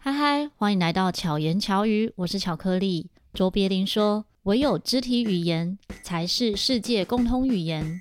嗨嗨，欢迎来到巧言巧语，我是巧克力。卓别林说，唯有肢体语言才是世界共通语言。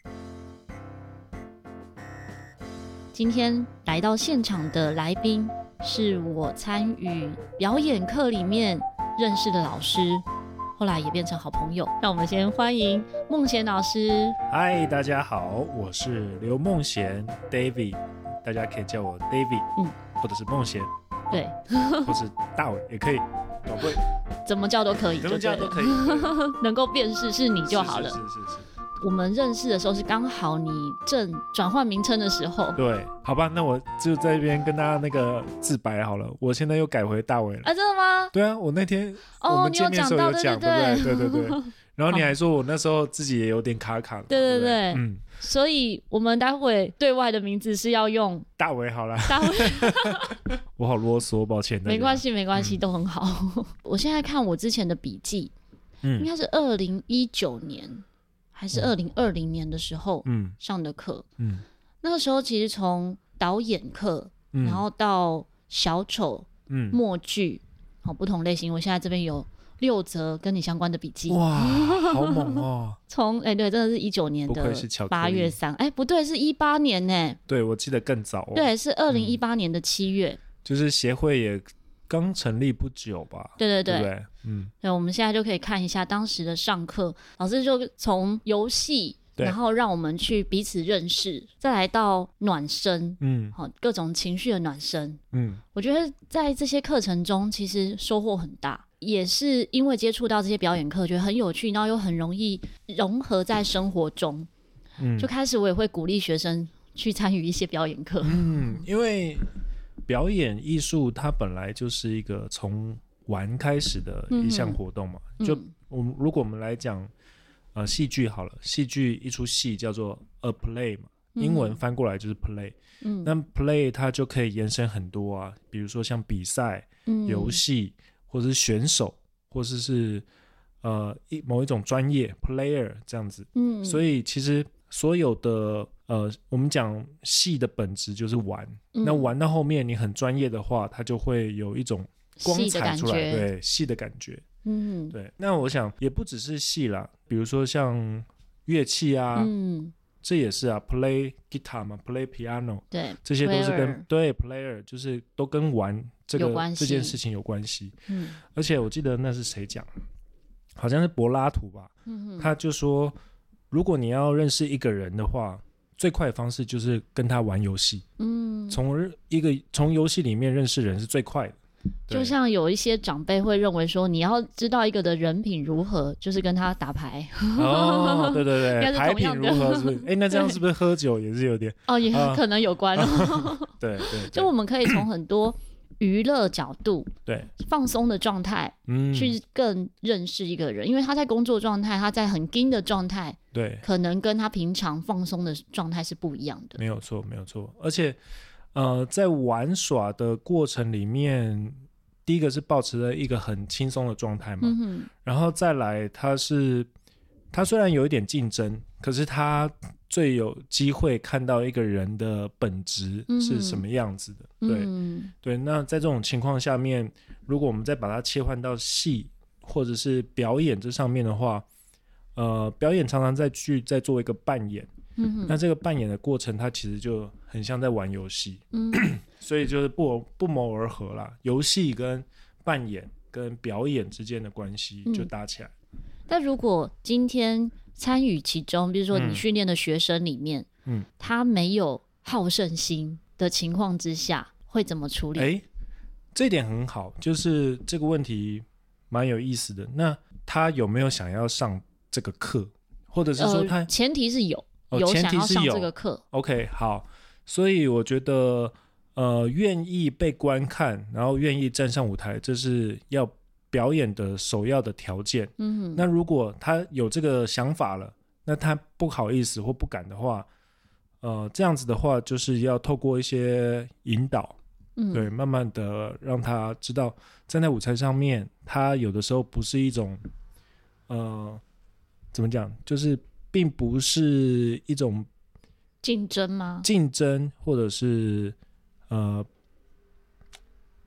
今天来到现场的来宾是我参与表演课里面认识的老师，后来也变成好朋友。让我们先欢迎孟贤老师。 嗨，大家好，我是刘孟贤 David， 大家可以叫我 David，或者是孟贤， 对， 或是大伟也可以，宝贝， 怎么叫都可以， 怎么叫都可以， 能够辨识是你就好了。 是。 我们认识的时候是刚好你正转换名称的时候。 对，好吧，那我就在这边跟大家那个自白好了，我现在又改回大伟了。 啊，真的吗？ 对啊，我那天我们见面的时候有讲，对不对？然后你还说我那时候自己也有点卡卡的。 对，所以我们待会对外的名字是要用大伟好了。 大伟我好啰嗦，抱歉。 没关系，都很好。我现在看我之前的笔记，应该是2019年还是2020年的时候上的课。那个时候其实从导演课，然后到小丑、默剧，好不同类型。我现在这边有6则跟你相关的笔记。 哇，好猛哦！ 从对，真的是19年的8月3，不对，是18年呢。 对，我记得更早哦。 对，是2018年的7月。就是协会也刚成立不久吧？ 对， 对， 对，我们现在就可以看一下当时的上课，老师就从游戏，然后让我们去彼此认识，再来到暖身，各种情绪的暖身，我觉得在这些课程中其实收获很大，也是因为接触到这些表演课，觉得很有趣，然后又很容易融合在生活中，就开始我也会鼓励学生去参与一些表演课， 因为表演艺术它本来就是一个从玩开始的一项活动嘛，就如果我们来讲戏剧好了，戏剧一出戏叫做 a play 嘛，英文翻过来就是 play，那 play 它就可以延伸很多啊，比如说像比赛、游戏，或者是选手，或者是某一种专业 player 这样子，所以其实所有的我们讲戏的本质就是玩，那玩到后面你很专业的话，它就会有一种光彩出来，对，戏的感觉，对。那我想也不只是戏啦，比如说像乐器啊，这也是啊 ，play guitar 嘛 ，play piano， 对，这些都是跟对 player 就是都跟玩这件事情有关系，而且我记得那是谁讲，好像是柏拉图吧，他就说，如果你要认识一个人的话，最快的方式就是跟他玩游戏，从游戏里面认识人是最快的。 就像有一些长辈会认为说，你要知道一个的人品如何，就是跟他打牌。 哦，对，牌品如何是不是？那这样是不是喝酒也是有点？ 也可能有关。 对， 就我们可以从很多娱乐角度，对，放松的状态，去更认识一个人，因为他在工作状态，他在很紧的状态，对，可能跟他平常放松的状态是不一样的。 没有错，而且在玩耍的过程里面，第一个是保持了一个很轻松的状态嘛，然后再来他虽然有一点竞争，可是他最有机会看到一个人的本质是什么样子的，对。那在这种情况下面，如果我们再把它切换到戏或者是表演这上面的话，表演常常在做一个扮演，那这个扮演的过程它其实就很像在玩游戏，所以就是不谋而合啦，游戏跟扮演跟表演之间的关系就搭起来。 但如果今天参与其中，比如说你训练的学生里面，他没有好胜心的情况之下，会怎么处理？ 这一点很好，就是这个问题蛮有意思的。那他有没有想要上这个课，或者是说他前提是有想要上这个课。 OK， 好，所以我觉得愿意被观看，然后愿意站上舞台，这是要表演的首要的条件。那如果他有这个想法了，那他不好意思或不敢的话，这样子的话就是要透过一些引导，对，慢慢的让他知道站在舞台上面，他有的时候不是一种怎么讲，就是并不是一种竞争吗？ 竞争，或者是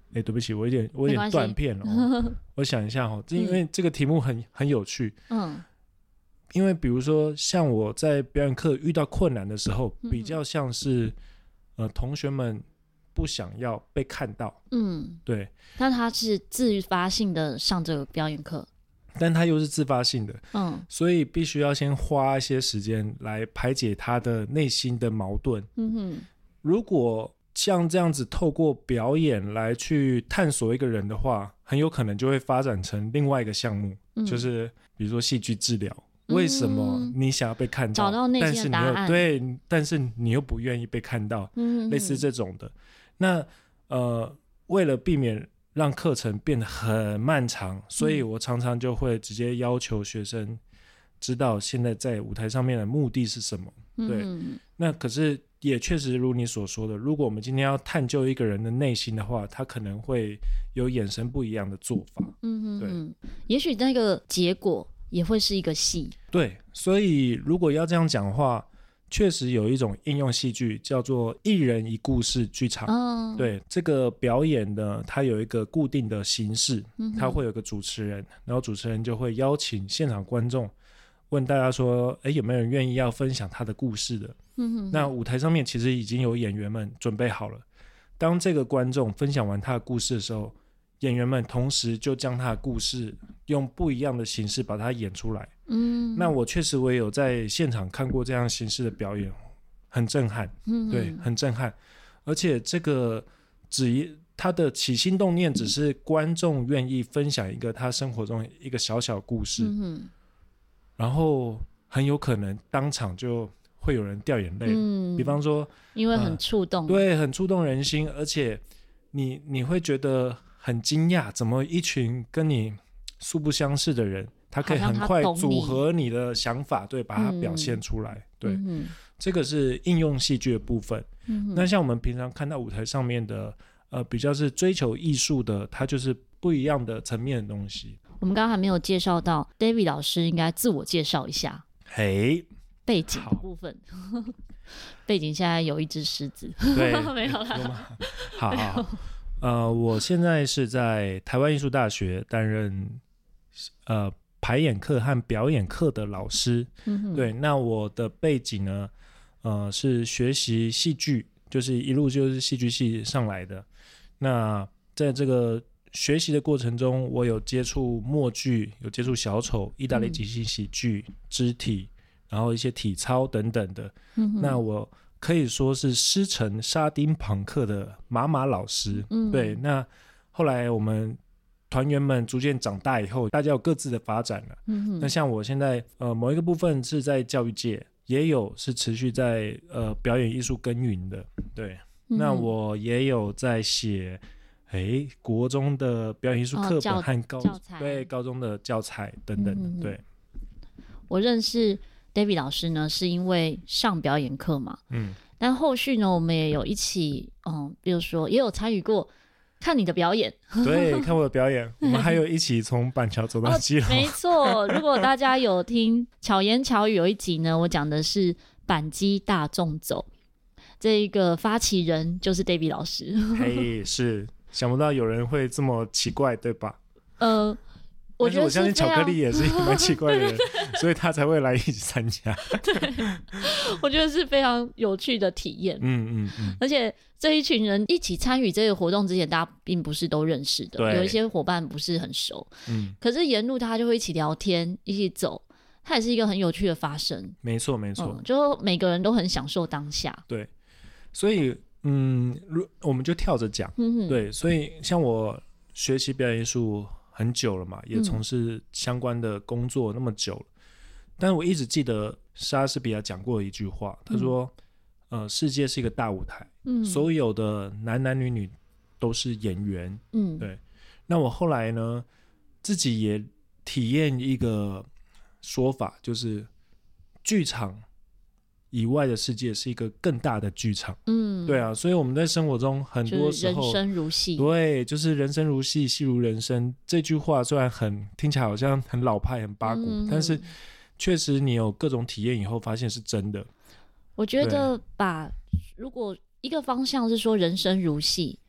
对不起，我有点断片了我想一下因为这个题目很有趣。因为比如说像我在表演课遇到困难的时候，比较像是同学们不想要被看到。对。 但他是自发性的上这个表演课， 但他又是自发性的，所以必须要先花一些时间来排解他的内心的矛盾。如果像这样子透过表演来去探索一个人的话，很有可能就会发展成另外一个项目，就是比如说戏剧治疗。为什么你想要被看到， 找到内心的答案， 但是你又不愿意被看到，类似这种的。那为了避免让课程变得很漫长，所以我常常就会直接要求学生知道现在在舞台上面的目的是什么。对，那可是也确实如你所说的，如果我们今天要探究一个人的内心的话，他可能会有衍生不一样的做法。对， 也许那个结果也会是一个戏。 对，所以如果要这样讲的话，确实有一种应用戏剧叫做一人一故事剧场。对，这个表演呢，它有一个固定的形式，它会有个主持人，然后主持人就会邀请现场观众，问大家说有没有人愿意要分享他的故事的。那舞台上面其实已经有演员们准备好了，当这个观众分享完他的故事的时候，演员们同时就将他的故事用不一样的形式把它演出来。那我确实我也有在现场看过这样形式的表演，很震撼。对，很震撼。而且这个他的起心动念只是观众愿意分享一个他生活中一个小小故事，然后很有可能当场就会有人掉眼泪。比方说因为很触动， 对，很触动人心，而且你会觉得很惊讶，怎么一群跟你素不相识的人，他可以很快组合你的想法，对，把它表现出来。对，这个是应用戏剧的部分。那像我们平常看到舞台上面的比较是追求艺术的，它就是不一样的层面的东西。 我们刚刚还没有介绍到 David 老师，应该自我介绍一下。背景的部分背景现在有一只狮子。 对没有啦。 好，我现在是在台湾艺术大学担任排演课和表演课的老师。对，那我的背景呢是学习戏剧，就是一路就是戏剧系上来的。那在这个学习的过程中，我有接触默剧，有接触小丑、意大利即兴喜剧、肢体，然后一些体操等等的。那我可以说是师承沙丁朋克的马马老师。对，那后来我们团员们逐渐长大以后，大家有各自的发展了。那像我现在某一个部分是在教育界，也有是持续在表演艺术耕耘的。对，那我也有在写国中的表演艺术课本和高中的教材等等。对， 我认识 David 老师呢是因为上表演课嘛。但后续呢我们也有一起比如说也有参与过看你的表演。 对，看我的表演。我们还有一起从板桥走到基隆。 没错，如果大家有听巧言巧语有一集呢，我讲的是板基大众走，这一个发起人就是 David 老师。 是想不到有人会这么奇怪，对吧？ 我觉得我相信巧克力也是一个蛮奇怪的人，所以他才会来一起参加。 对，我觉得是非常有趣的体验。而且这一群人一起参与这个活动之前，大家并不是都认识的，有一些伙伴不是很熟。可是沿路大家就会一起聊天，一起走，它也是一个很有趣的发生。 没错， 就每个人都很享受当下。 对，所以我们就跳着讲。对，所以像我学习表演艺术很久了嘛，也从事相关的工作那么久了，但是我一直记得莎士比亚讲过一句话，他说世界是一个大舞台，所有的男男女女都是演员。对，那我后来呢自己也体验一个说法，就是剧场以外的世界是一个更大的剧场。对啊，所以我们在生活中很多时候、 就是、人生如戏。 对，就是人生如戏，戏如人生。这句话虽然听起来好像很老派很八股，但是确实你有各种体验以后发现是真的。 我觉得如果一个方向是说人生如戏，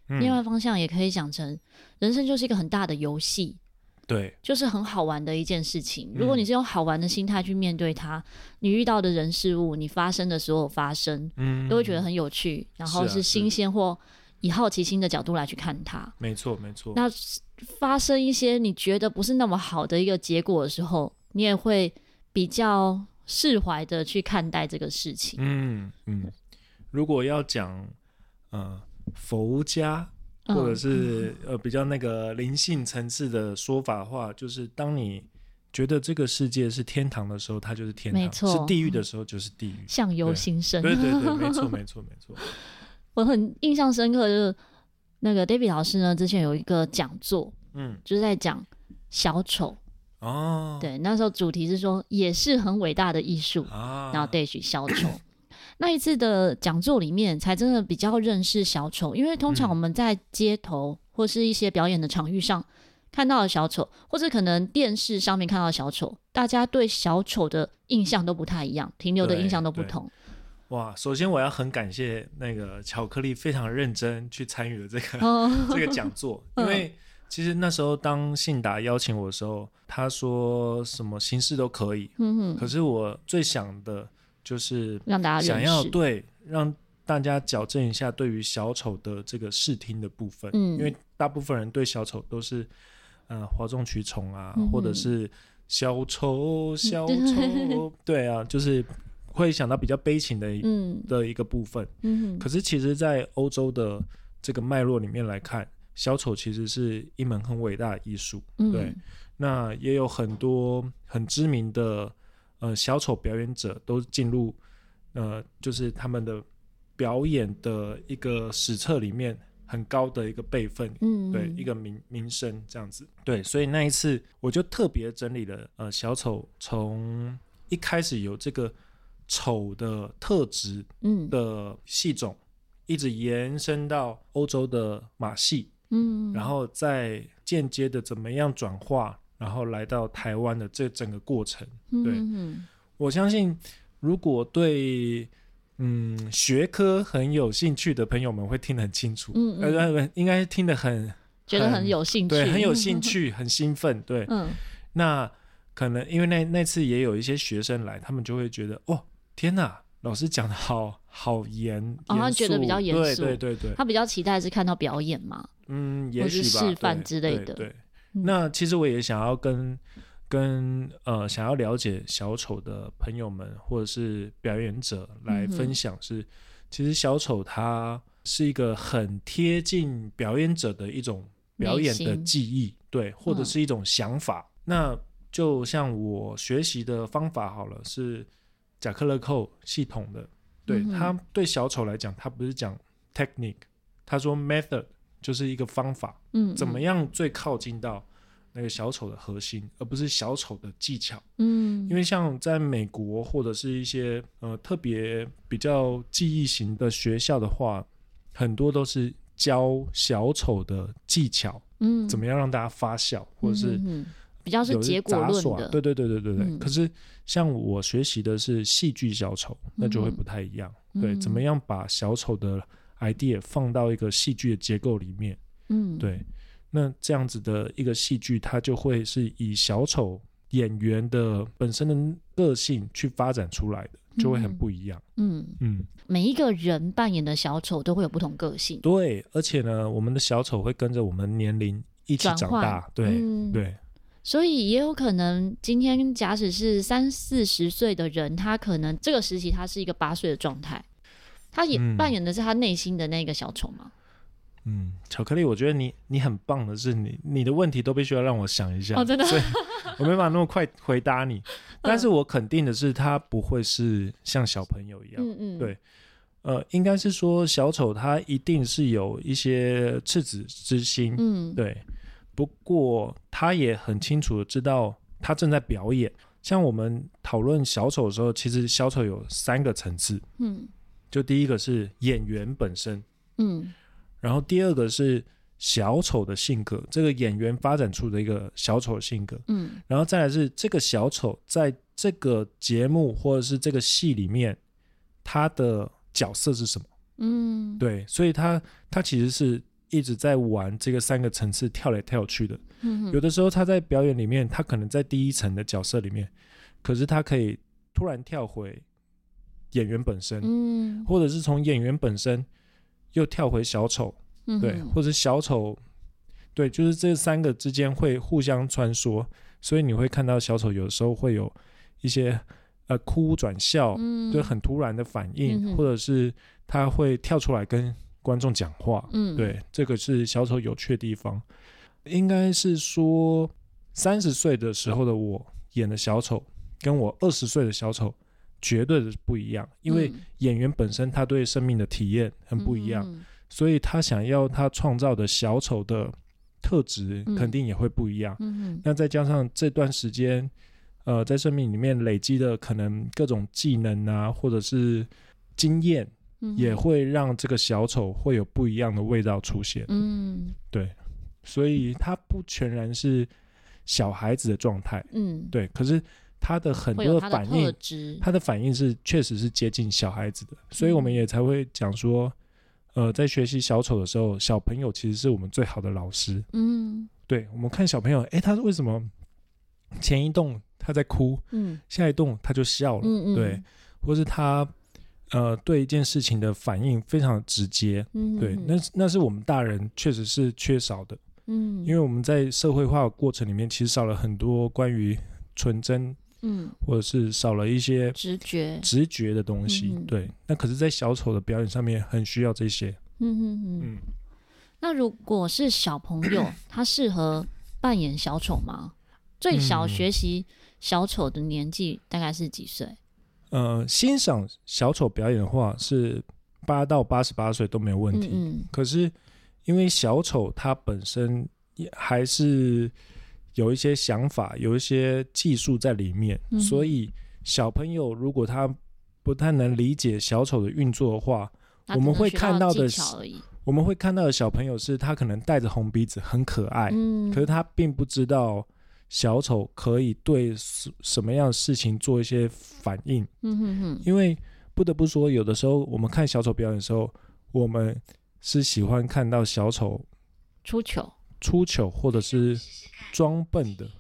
另外方向也可以想成人生就是一个很大的游戏， 对， 就是很好玩的一件事情。如果你是用好玩的心态去面对它，你遇到的人事物，你发生的所有发生，都会觉得很有趣，然后是新鲜或以好奇心的角度来去看它。 没错没错。 那发生一些你觉得不是那么好的一个结果的时候，你也会比较释怀的去看待这个事情。 如果要讲佛家或者是比较那个灵性层次的说法的话，就是当你觉得这个世界是天堂的时候，它就是天堂；是地狱的时候，就是地狱。 相由心生。 对对对，没错没错没错。 我很印象深刻，就是那个 David 老师呢，之前有一个讲座，就是在讲小丑。对，那时候主题是说也是很伟大的艺术，然后对许小丑。那一次的讲座里面才真的比较认识小丑，因为通常我们在街头或是一些表演的场域上看到的小丑，或者可能电视上面看到的小丑，大家对小丑的印象都不太一样，停留的印象都不同。 哇，首先我要很感谢那个巧克力非常认真去参与了这个讲座，因为其实那时候当信达邀请我的时候，他说什么形式都可以，可是我最想的就是让大家想要让大家矫正一下对于小丑的这个视听的部分，因为大部分人对小丑都是哗众取宠啊，或者是小丑小丑，对啊，就是会想到比较悲情的一个部分。可是其实在欧洲的这个脉络里面来看，小丑其实是一门很伟大的艺术。对，那也有很多很知名的小丑表演者都进入就是他们的表演的一个史册里面很高的一个辈分，对，一个名声这样子。对，所以那一次我就特别整理了小丑从一开始有这个丑的特质的戏种，一直延伸到欧洲的马戏，然后再间接的怎么样转化，然后来到台湾的这整个过程。对，我相信如果对学科很有兴趣的朋友们会听得很清楚，应该听得觉得很有兴趣， 对，很有兴趣，很兴奋，对，那可能因为那次也有一些学生来，他们就会觉得哦，天哪，老师讲的好严肃， 他觉得比较严肃， 对， 他比较期待是看到表演嘛， 也许吧，或是示范之类的， 对。那其实我也想要跟想要了解小丑的朋友们或者是表演者来分享是，其实小丑它是一个很贴近表演者的一种表演的技艺，对，或者是一种想法。那就像我学习的方法好了，是贾克勒寇系统的，对，他对小丑来讲，他不是讲 technique， 他说 method 就是一个方法，怎么样最靠近到那个小丑的核心，而不是小丑的技巧。因为像在美国或者是一些特别比较记忆型的学校的话，很多都是教小丑的技巧，怎么样让大家发笑，或者是比较是结果论的， 对。可是像我学习的是戏剧小丑，那就会不太一样。对，怎么样把小丑的 idea 放到一个戏剧的结构里面，对。那这样子的一个戏剧，它就会是以小丑演员的本身的个性去发展出来的，就会很不一样。 每一个人扮演的小丑都会有不同个性。 对，而且呢，我们的小丑会跟着我们年龄一起长大。对，对。 所以也有可能，今天假使是30-40岁的人，他可能这个时期他是一个8岁的状态，他也扮演的是他内心的那个小丑吗？ 巧克力，我觉得你很棒的是你的问题都必须要让我想一下， 真的， 所以我没办法那么快回答你。但是我肯定的是，他不会是像小朋友一样，对，应该是说小丑他一定是有一些赤子之心，对。不过他也很清楚的知道他正在表演。像我们讨论小丑的时候，其实小丑有3个层次，就第一个是演员本身，然后第二个是小丑的性格，这个演员发展出的一个小丑的性格，然后再来是这个小丑在这个节目或者是这个戏里面他的角色是什么，对，所以他其实是一直在玩这个3个层次跳来跳去的。有的时候他在表演里面，他可能在第一层的角色里面，可是他可以突然跳回演员本身，或者是从演员本身又跳回小丑，对，或者小丑，对，就是这3个之间会互相穿梭，所以你会看到小丑有的时候会有一些哭转笑，就很突然的反应，或者是他会跳出来跟观众讲话，对，这个是小丑有趣的地方。应该是说30岁的时候的我演的小丑跟我20岁的小丑绝对的不一样，因为演员本身他对生命的体验很不一样，所以他想要他创造的小丑的特质肯定也会不一样，那再加上这段时间在生命里面累积的可能各种技能啊，或者是经验，也会让这个小丑会有不一样的味道出现，对，所以他不全然是小孩子的状态，对，可是他的很多的反应，他的反应是确实是接近小孩子的，所以我们也才会讲说在学习小丑的时候，小朋友其实是我们最好的老师，对，我们看小朋友，他为什么前一动他在哭，下一动他就笑了，对，或是他对一件事情的反应非常直接，对，那是我们大人确实是缺少的，因为我们在社会化的过程里面，其实少了很多关于纯真，或者是少了一些直觉的东西，对，那可是在小丑的表演上面很需要这些， 那如果是小朋友他适合扮演小丑吗？最小学习小丑的年纪大概是几岁？ 欣赏小丑表演的话是8到88岁都没有问题，可是因为小丑他本身也还是有一些想法，有一些技术在里面，所以小朋友如果他不太能理解小丑的运作的话，我们会看到的小朋友是他可能带着红鼻子很可爱，可是他并不知道小丑可以对什么样的事情做一些反应，因为不得不说有的时候我们看小丑表演的时候，我们是喜欢看到小丑出糗或者是装笨的。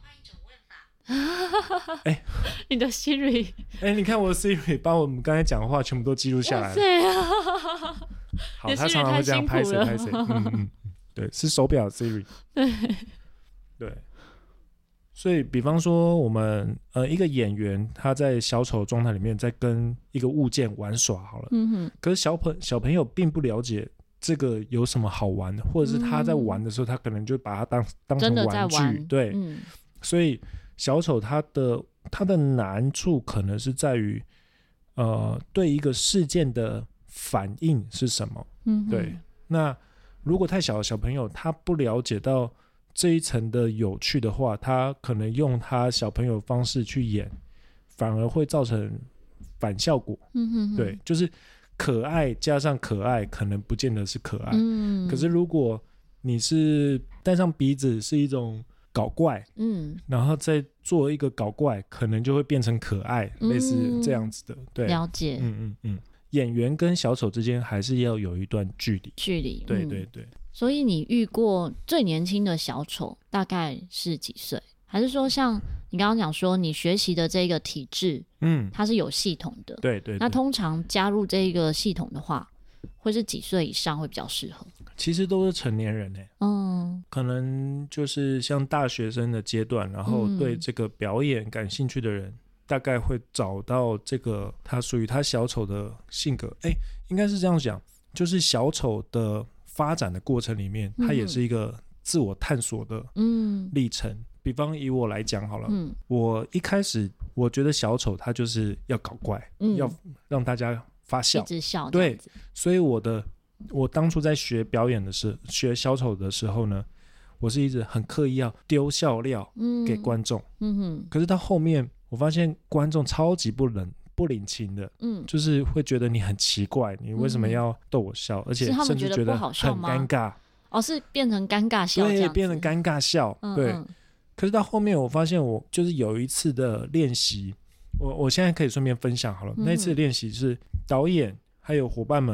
你的 Siri 你看我的 Siri 把我们刚才讲的话全部都记录下来了，好，他常常会这样拍谁，对，是手表的 Siri， 对，所以比方说我们一个演员他在小丑状态里面在跟一个物件玩耍好了，可是小朋友并不了解这个有什么好玩的，或者是他在玩的时候他可能就把它当成玩具，对，所以小丑他的难处可能是在于对一个事件的反应是什么，对，那如果太小的小朋友他不了解到这一层的有趣的话，他可能用他小朋友的方式去演，反而会造成反效果，对，就是可爱加上可爱可能不见得是可爱，可是如果你是带上鼻子是一种搞怪，然后再做一个搞怪可能就会变成可爱，类似这样子的，对， 了解， 演员跟小丑之间还是要有一段距离，对对对。 所以你遇过最年轻的小丑大概是几岁？还是说像你刚刚讲说你学习的这个体制，它是有系统的， 对对， 那通常加入这个系统的话会是几岁以上会比较适合？ 其实都是成年人可能就是像大学生的阶段，然后对这个表演感兴趣的人大概会找到这个他属于他小丑的性格，应该是这样讲，就是小丑的发展的过程里面，它也是一个自我探索的历程。比方以我来讲好了，我一开始我觉得小丑他就是要搞怪，要让大家发笑， 一直笑， 对，所以我当初在学表演的时候，学小丑的时候呢，我是一直很刻意要丢笑料给观众，可是到后面我发现观众超级不领情的，就是会觉得你很奇怪，你为什么要逗我笑，而且甚至觉得很尴尬， 是变成尴尬笑，对， 变成尴尬笑，对。可是到后面我发现我就是有一次的练习，我现在可以顺便分享好了，那一次的练习是导演还有伙伴们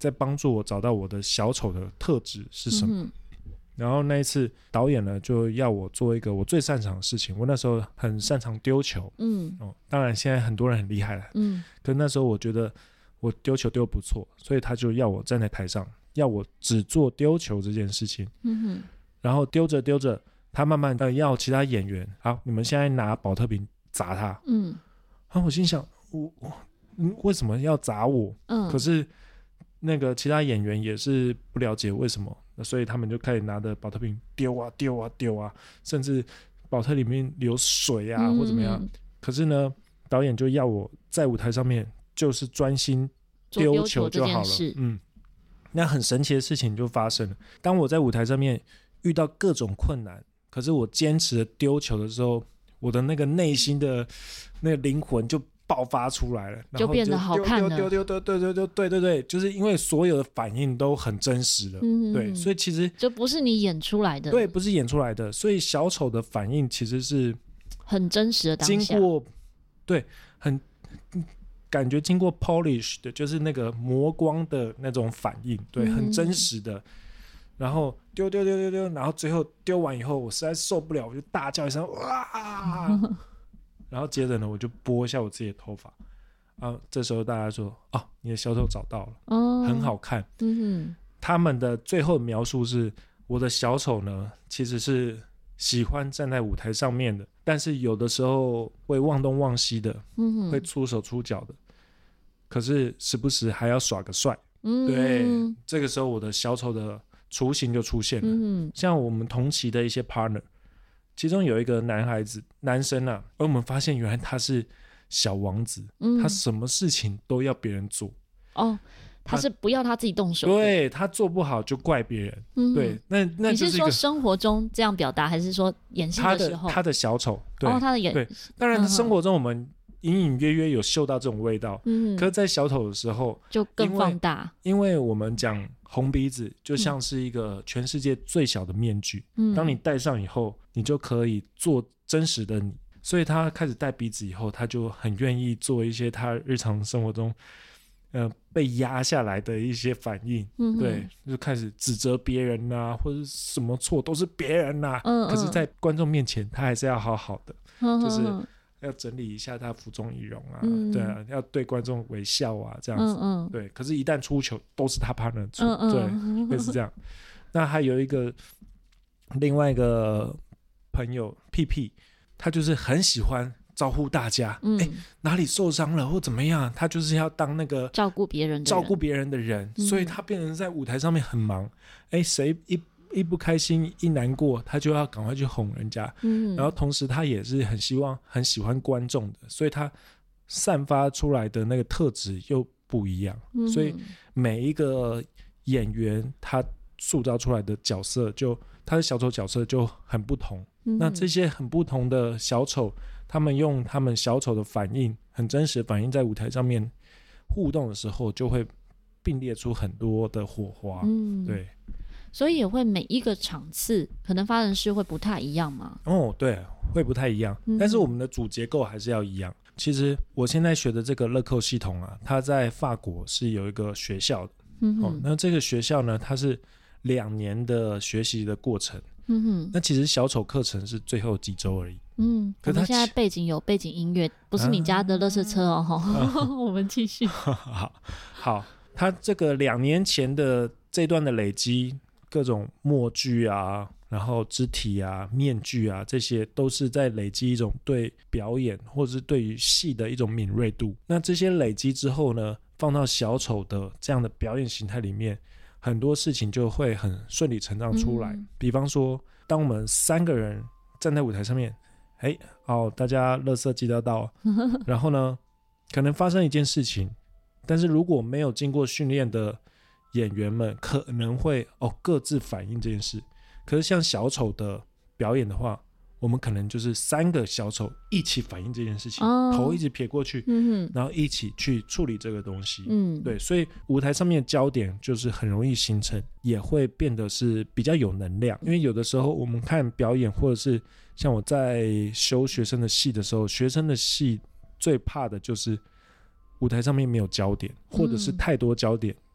在帮助我找到我的小丑的特质是什么。然后那一次导演呢就要我做一个我最擅长的事情，我那时候很擅长丢球，当然现在很多人很厉害了，可那时候我觉得我丢球丢不错，所以他就要我站在台上，要我只做丢球这件事情，然后丢着丢着，他慢慢要其他演员，好，你们现在拿保特瓶砸他，然后我心想，为什么要砸我？可是那个其他演员也是不了解为什么，所以他们就开始拿着保特瓶丢啊丢啊丢啊，甚至保特里面流水啊或怎么样。可是呢，导演就要我在舞台上面就是专心丢球就好了。那很神奇的事情就发生了。当我在舞台上面遇到各种困难，可是我坚持的丢球的时候，我的那个内心的那个灵魂就爆发出来了，然后就变得好看了。 对，就是因为所有的反应都很真实了，对，所以其实就不是你演出来的， 对，不是演出来的，所以小丑的反应其实是很真实的当下， 经过对很感觉经过 polish 的，就是那个磨光的那种反应，对，很真实的。然后丢，然后最后丢完以后，我实在受不了，我就大叫一声哇！然后接着呢，我就拨一下我自己的头发，这时候大家说：“哦，你的小丑找到了，很好看。”他们的最后描述是，我的小丑呢，其实是喜欢站在舞台上面的，但是有的时候会忘东忘西的，会出手出脚的，可是时不时还要耍个帅。对，这个时候我的小丑的雏形就出现了。像我们同期的一些 partner。其中有一个男生啊，而我们发现原来他是小王子，他什么事情都要别人做。 他是不要他自己动手的， 对，他做不好就怪别人。对，那就是你是说生活中这样表达，还是说演戏的时候他的小丑？对， 他的演对，当然生活中我们隐隐约约有嗅到这种味道，可是在小丑的时候就更放大， 因为我们讲红鼻子就像是一个全世界最小的面具，当你戴上以后，你就可以做真实的你。所以他开始戴鼻子以后，他就很愿意做一些他日常生活中被压下来的一些反应，对，就开始指责别人啊，或者什么错都是别人啊，可是在观众面前他还是要好好的，就是要整理一下他服装仪容啊，对啊，要对观众微笑啊，这样子，对。可是，一旦出糗，都是他 partner 出，对，类似这样。那还有另外一个朋友屁屁，他就是很喜欢招呼大家，哪里受伤了或怎么样，他就是要当那个照顾别人的人， 所以他变成在舞台上面很忙，谁一不开心一难过，他就要赶快去哄人家，然后同时他也是很喜欢观众的，所以他散发出来的那个特质又不一样，所以每一个演员他塑造出来的角色他的小丑角色就很不同，那这些很不同的小丑，他们用他们小丑的反应，很真实的反应在舞台上面互动的时候，就会并列出很多的火花，对。 所以也会每一个场次可能发生事会不太一样吗？ 对，会不太一样，但是我们的主结构还是要一样。其实我现在学的这个乐扣系统啊，它在法国是有一个学校的，那这个学校呢，它是2年的学习的过程，那其实小丑课程是最后几周而已。 可是现在背景有背景音乐，不是你家的垃圾车我们继续。 好，他这个2年前的这段的累积。各种默剧啊，然后肢体啊、面具啊，这些都是在累积一种对表演或者是对于戏的一种敏锐度。那这些累积之后呢，放到小丑的这样的表演形态里面，很多事情就会很顺理成章出来。比方说，当我们3个人站在舞台上面，大家垃圾记得到，然后呢，可能发生一件事情，但是如果没有经过训练的演员们可能会各自反映这件事，可是像小丑的表演的话，我们可能就是3个小丑一起反映这件事情，头一直撇过去，然后一起去处理这个东西，对，所以舞台上面的焦点就是很容易形成，也会变得是比较有能量。因为有的时候我们看表演，或者是像我在修学生的戏的时候，学生的戏最怕的就是舞台上面没有焦点，或者是太多焦点。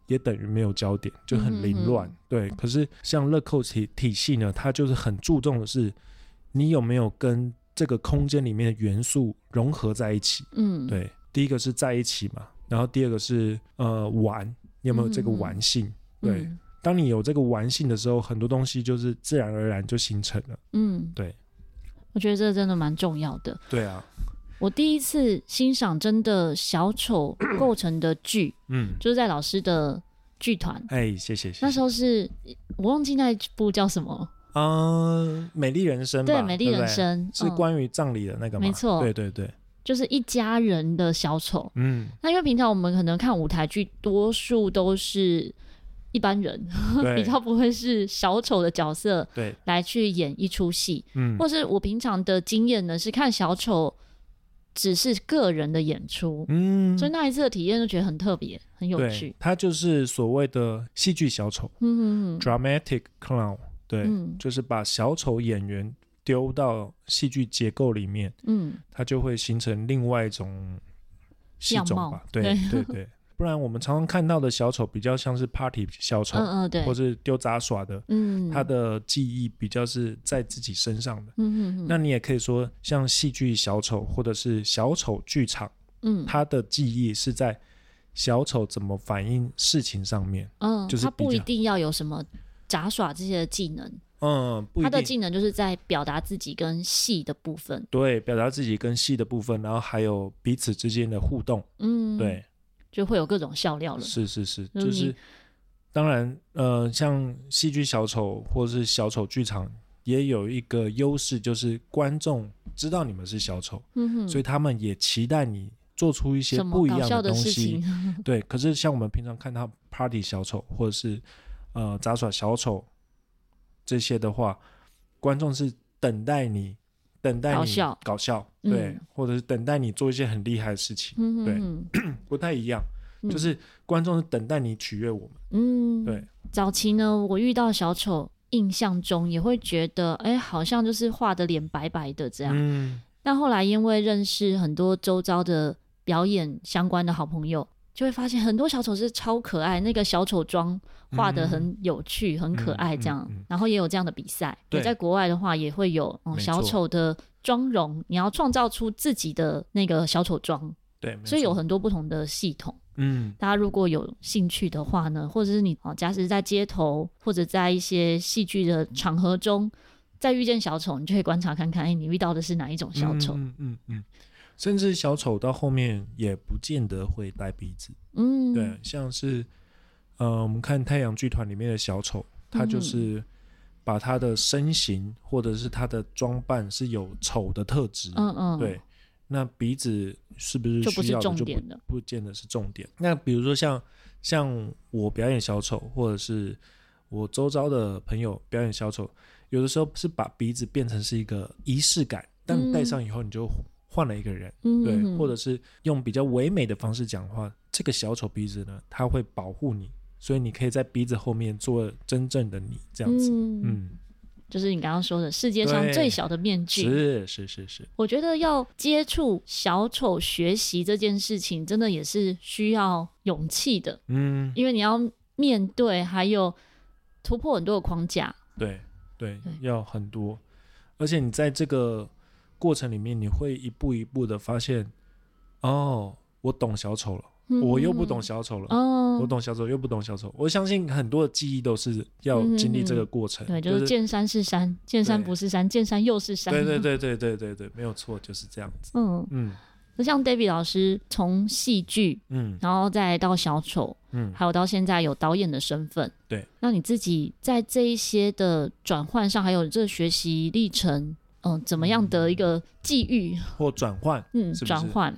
也等于没有焦点，就很凌乱。对，可是像乐扣体系呢，它就是很注重的是你有没有跟这个空间里面的元素融合在一起。对，第一个是在一起嘛，然后第二个是玩，你有没有这个玩性。对，当你有这个玩性的时候，很多东西就是自然而然就形成了。对， 我觉得这真的蛮重要的。 对啊， 我第一次欣赏真的小丑构成的剧，就是在老师的剧团。 谢谢。 那时候是我忘记那部叫什么。 美丽人生吧。 对，美丽人生是关于葬礼的那个吗？ 没错， 对对对， 就是一家人的小丑。那因为平常我们可能看舞台剧，多数都是一般人，比较不会是小丑的角色来去演一出戏。或是我平常的经验呢，是看小丑只是个人的演出。所以那一次的体验就觉得很特别，很有趣。 它就是所谓的戏剧小丑，dramatic clown。对，就是把小丑演员丢到戏剧结构里面，它就会形成另外一种戏种吧。对对对，不然我们常常看到的小丑比较像是 party 小丑， 对， 或是丢杂耍的，他的记忆比较是在自己身上的。那你也可以说像戏剧小丑或者是小丑剧场，他的记忆是在小丑怎么反映事情上面。就是他不一定要有什么杂耍这些的技能。 不一定， 他的技能就是在表达自己跟戏的部分。对， 表达自己跟戏的部分，然后还有彼此之间的互动。对， 就会有各种笑料了。 是，就是当然，像戏剧小丑或是小丑剧场也有一个优势，就是观众知道你们是小丑，所以他们也期待你做出一些不一样的东西。对，可是像我们平常看到 party 小丑或者是杂耍小丑这些的话，观众是等待你搞笑，对，或者是等待你做一些很厉害的事情。对，不太一样，就是观众是等待你取悦我们。对， 早期呢，我遇到小丑印象中也会觉得好像就是画的脸白白的这样。但后来因为认识很多周遭的表演相关的好朋友，就会发现很多小丑是超可爱，那个小丑妆画得很有趣，很可爱这样。然后也有这样的比赛，也在国外的话也会有小丑的妆容，你要创造出自己的那个小丑妆。 对， 所以有很多不同的系统。大家如果有兴趣的话呢，或者是你假使在街头或者在一些戏剧的场合中再遇见小丑，你就可以观察看看你遇到的是哪一种小丑。 甚至小丑到后面也不见得会带鼻子。对，像是我们看太阳剧团里面的小丑，他就是把他的身形或者是他的装扮是有丑的特质。对，那鼻子是不是需要的就不见得是重点。那比如说像我表演小丑，或者是我周遭的朋友表演小丑，有的时候是把鼻子变成是一个仪式感，当你戴上以后你就换了一个人。对，或者是用比较唯美的方式讲话，这个小丑鼻子呢，它会保护你，所以你可以在鼻子后面做真正的你这样子。 就是你刚刚说的世界上最小的面具。 是。 我觉得要接触小丑学习这件事情真的也是需要勇气的。因为你要面对还有突破很多的框架。对，要很多，而且你在这个过程里面你会一步一步的发现，我懂小丑了，我又不懂小丑了。我懂小丑又不懂小丑。我相信很多的记忆都是要经历这个过程。对，就是见山是山，见山不是山，见山又是山。对，没有错，就是这样子。那像 David 老师从戏剧然后再来到小丑还有到现在有导演的身份。对，那你自己在这一些的转换上，还有这学习历程怎么样的一个际遇或转换？是不是转换？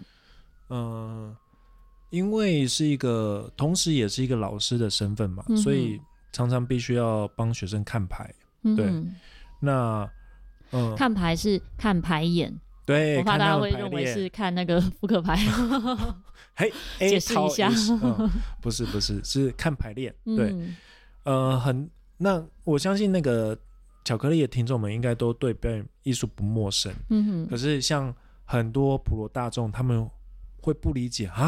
因为是一个，同时也是一个老师的身份嘛，所以常常必须要帮学生看牌。对，那看牌是看牌眼。对，我怕大家会认为是看那个扑克牌。解释一下。不是，是看排练。对，那我相信那个巧克力的听众们应该都对表演艺术不陌生。可是像很多普罗大众他们会不理解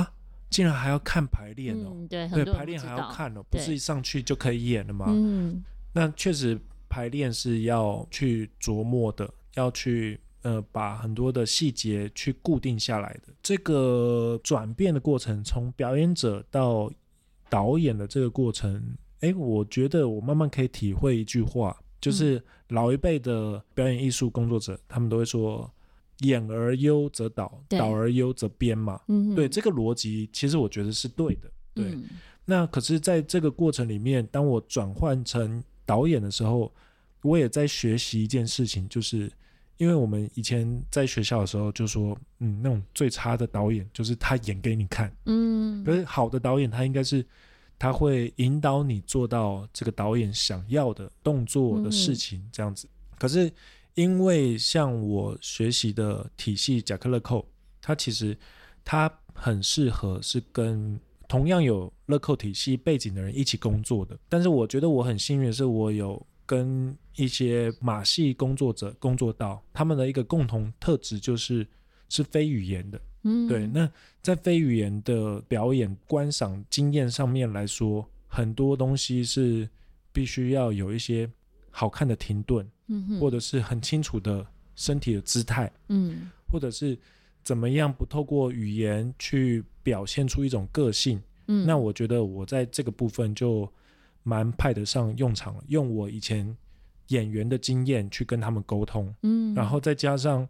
竟然还要看排练哦。 对， 对，排练还要看哦，不是一上去就可以演了吗？那确实排练是要去琢磨的，要去把很多的细节去固定下来的。这个转变的过程，从表演者到导演的这个过程，我觉得我慢慢可以体会一句话，就是老一辈的表演艺术工作者，他们都会说演而优则导，导而优则编嘛。对，这个逻辑其实我觉得是对的。对，那可是在这个过程里面，当我转换成导演的时候，我也在学习一件事情，就是因为我们以前在学校的时候就说那种最差的导演就是他演给你看。可是好的导演他应该是他会引导你做到这个导演想要的动作的事情这样子。可是因为像我学习的体系贾克勒寇，他其实他很适合是跟同样有勒寇体系背景的人一起工作的。但是我觉得我很幸运的是，我有跟一些马戏工作者工作到，他们的一个共同特质是非语言的。对，那在非语言的表演观赏经验上面来说，很多东西是必须要有一些好看的停顿，或者是很清楚的身体的姿态，或者是怎么样不透过语言去表现出一种个性。那我觉得我在这个部分就蛮派得上用场了，用我以前演员的经验去跟他们沟通，然后再加上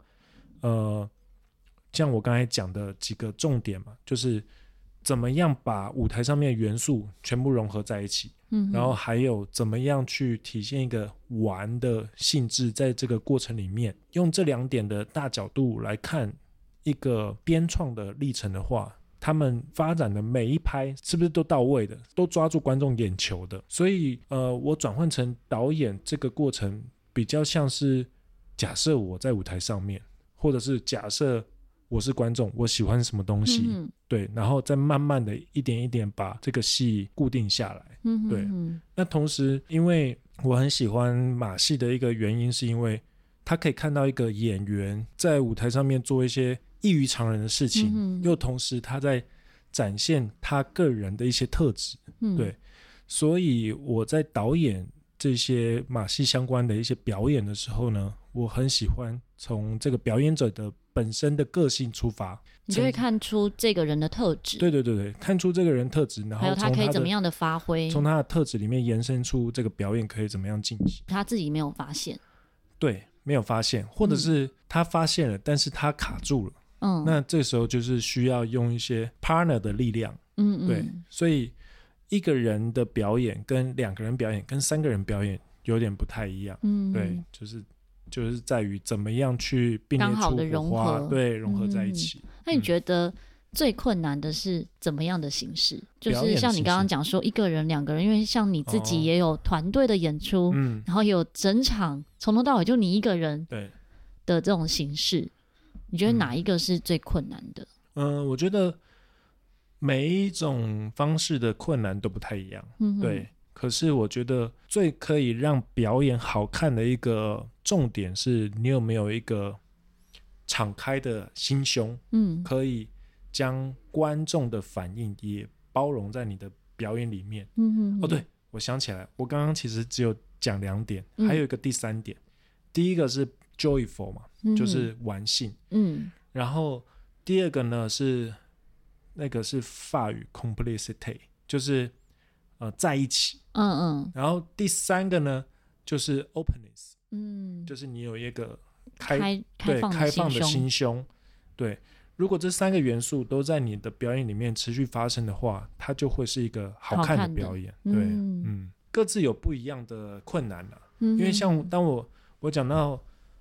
像我刚才讲的几个重点嘛，就是怎么样把舞台上面的元素全部融合在一起，然后还有怎么样去体现一个玩的性质，在这个过程里面用这2点的大角度来看一个编创的历程的话，他们发展的每一拍是不是都到位的，都抓住观众眼球的。所以我转换成导演这个过程比较像是假设我在舞台上面，或者是假设我是观众，我喜欢什么东西，对，然后再慢慢的一点一点把这个戏固定下来。对，那同时因为我很喜欢马戏的一个原因，是因为他可以看到一个演员在舞台上面做一些异于常人的事情，又同时他在展现他个人的一些特质。对，所以我在导演这些马戏相关的一些表演的时候呢，我很喜欢从这个表演者的本身的个性出发， 你就会看出这个人的特质。 对，看出这个人特质，然后还有他可以怎么样的发挥， 从他的特质里面延伸出这个表演可以怎么样进行。 他自己没有发现， 对，没有发现，或者是他发现了，但是他卡住了。那这时候就是需要用一些 partner 的力量。对，所以一个人的表演跟2个人表演跟3个人表演有点不太一样。对，就是在于怎么样去并列出火花，对，融合在一起。 那你觉得最困难的是怎么样的形式？就是像你刚刚讲说1个人2个人，因为像你自己也有团队的演出，然后有整场从头到尾就你1个人的这种形式，你觉得哪一个是最困难的？ 我觉得每一种方式的困难都不太一样。对，可是我觉得最可以让表演好看的一个重点是你有没有一个敞开的心胸，可以将观众的反应也包容在你的表演里面。对，我想起来，我刚刚其实只有讲2点，还有一个第3点。第一个是 joyful 嘛，就是玩性。然后第2个呢是那个是法语 complicity， 就是在一起。然后第3个呢就是 openness，就是你有一个开放的心胸。对，如果这3个元素都在你的表演里面持续发生的话，它就会是一个好看的表演。对，各自有不一样的困难啊。因为像当我讲到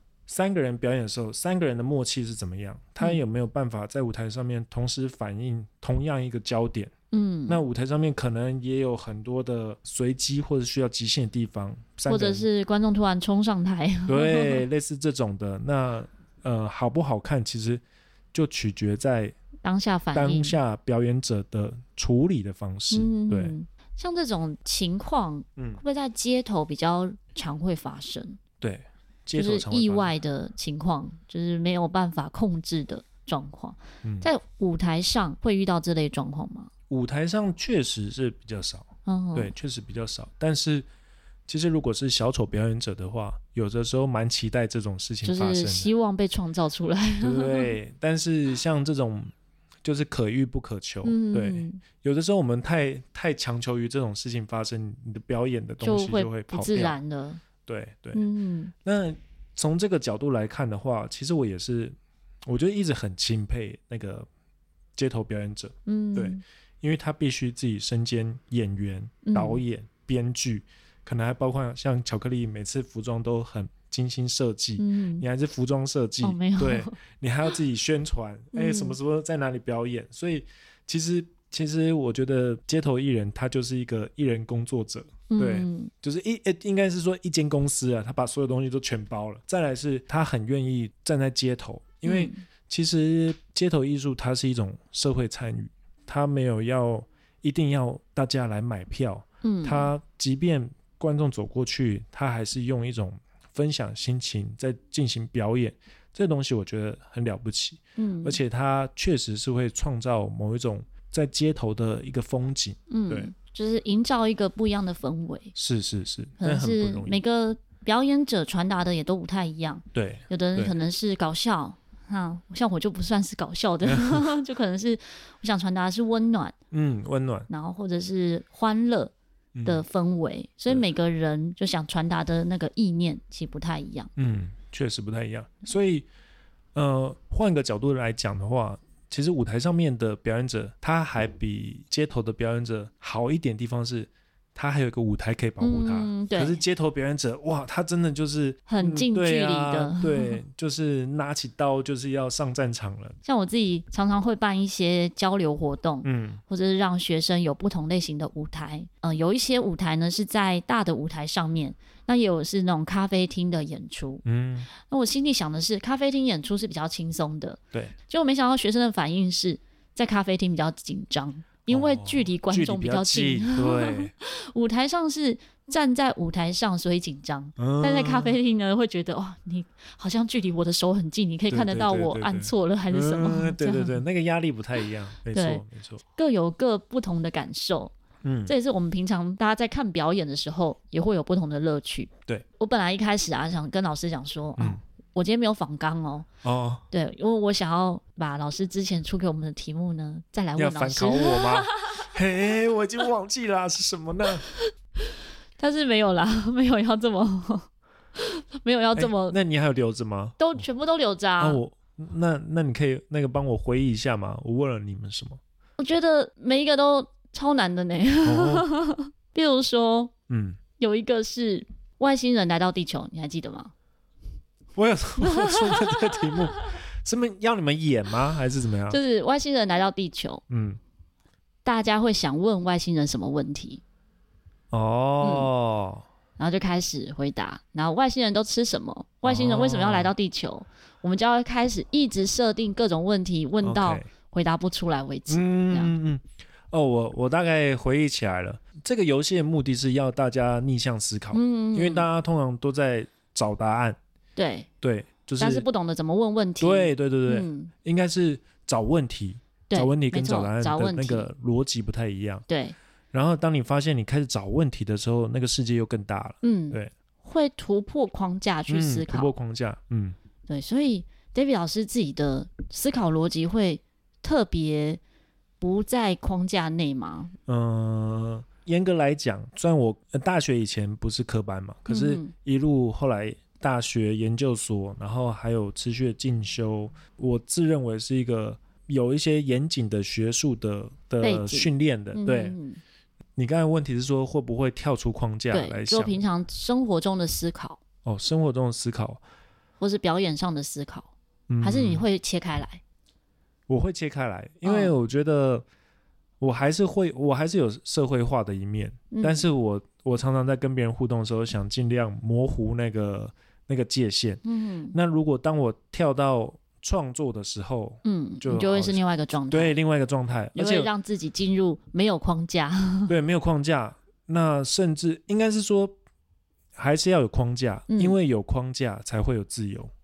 3个人表演的时候，3个人的默契是怎么样，他有没有办法在舞台上面同时反映同样一个焦点。那舞台上面可能也有很多的随机或者需要即兴的地方， 或者是观众突然冲上台， 对，类似这种的。那好不好看其实就取决在当下反应，当下表演者的处理的方式。对， 像这种情况会不会在街头比较常会发生？ 对， 就是意外的情况，就是没有办法控制的状况。在舞台上会遇到这类状况吗？ 舞台上确实是比较少，对，确实比较少。但是其实如果是小丑表演者的话，有的时候蛮期待这种事情发生的， 就是希望被创造出来。 对，但是像这种就是可遇不可求，对，有的时候我们太强求于这种事情发生，你的表演的东西就会跑掉， 不自然的。 对对，那从这个角度来看的话，其实我觉得一直很钦佩那个街头表演者，对，因为他必须自己身兼演员、导演、编剧，可能还包括像巧克力每次服装都很精心设计，你还是服装设计，对，你还要自己宣传，什么时候在哪里表演，所以其实我觉得街头艺人他就是一个艺人工作者，对，就是应该是说一间公司啊，他把所有东西都全包了。再来是他很愿意站在街头，因为其实街头艺术它是一种社会参与，他没有一定要大家来买票，他即便观众走过去，他还是用一种分享心情在进行表演，这个东西我觉得很了不起，而且他确实是会创造某一种在街头的一个风景，对， 就是营造一个不一样的氛围， 是， 可能是每个表演者传达的也都不太一样， 对， 有的人可能是搞笑，像我就不算是搞笑的，就可能是我想传达的是温暖， 温暖， 然后或者是欢乐的氛围，所以每个人就想传达的那个意念其实不太一样， 确实不太一样。所以换个角度来讲的话，其实舞台上面的表演者他还比街头的表演者好一点地方是他还有一个舞台可以保护他，可是街头表演者哇，他真的就是很近距离的， 对，就是拿起刀就是要上战场了。 像我自己常常会办一些交流活动，或者是让学生有不同类型的舞台，有一些舞台呢是在大的舞台上面，那也有是那种咖啡厅的演出，那我心里想的是咖啡厅演出是比较轻松的， 对， 结果没想到学生的反应是在咖啡厅比较紧张，因为距离观众比较近， 对， 舞台上是站在舞台上所以紧张，但在咖啡厅呢会觉得你好像距离我的手很近，你可以看得到我按错了还是什么， 对，那个压力不太一样，没错， 各有各不同的感受，这也是我们平常大家在看表演的时候也会有不同的乐趣。 对， 我本来一开始想跟老师讲说，我今天没有访纲对，因为我想要把老师之前出给我们的题目呢再来问老师。 要反考我吗？嘿，我已经忘记了是什么呢？ 但是没有啦，没有要这么没有要这么， 那你还有留着吗？ 都全部都留着啊。 那你可以那个帮我回忆一下吗？我问了你们什么？ 我觉得每一个都超难的呢。比如说有一个是外星人来到地球，你还记得吗？ 我有出过这个题目，是要你们演吗？还是怎么样？ 就是外星人来到地球，大家会想问外星人什么问题？然后就开始回答，然后外星人都吃什么？外星人为什么要来到地球？我们就要开始一直设定各种问题，问到回答不出来为止。 我大概回忆起来了，这个游戏的目的是要大家逆向思考，因为大家通常都在找答案。对，就是但是不懂得怎么问问题。 对，应该是找问题，找问题跟找答案的那个逻辑不太一样。 对。 然后当你发现你开始找问题的时候，那个世界又更大了。对， 会突破框架去思考。 突破框架。 对，所以 David 老师自己的思考逻辑会特别不在框架内吗？ 严格来讲，虽然我大学以前不是科班嘛，可是一路后来大学研究所，然后还有持续的进修，我自认为是一个有一些严谨的学术的训练的。对，你刚才问题是说会不会跳出框架来想？ 就平常生活中的思考。 生活中的思考， 或是表演上的思考，还是你会切开来？ 我会切开来，因为我觉得我还是有社会化的一面，但是我常常在跟别人互动的时候，想尽量模糊那个界限。那如果当我跳到创作的时候，你就会是另外一个状态。对，另外一个状态， 而且让自己进入没有框架。 对，没有框架。那甚至应该是说，还是要有框架，因为有框架才会有自由。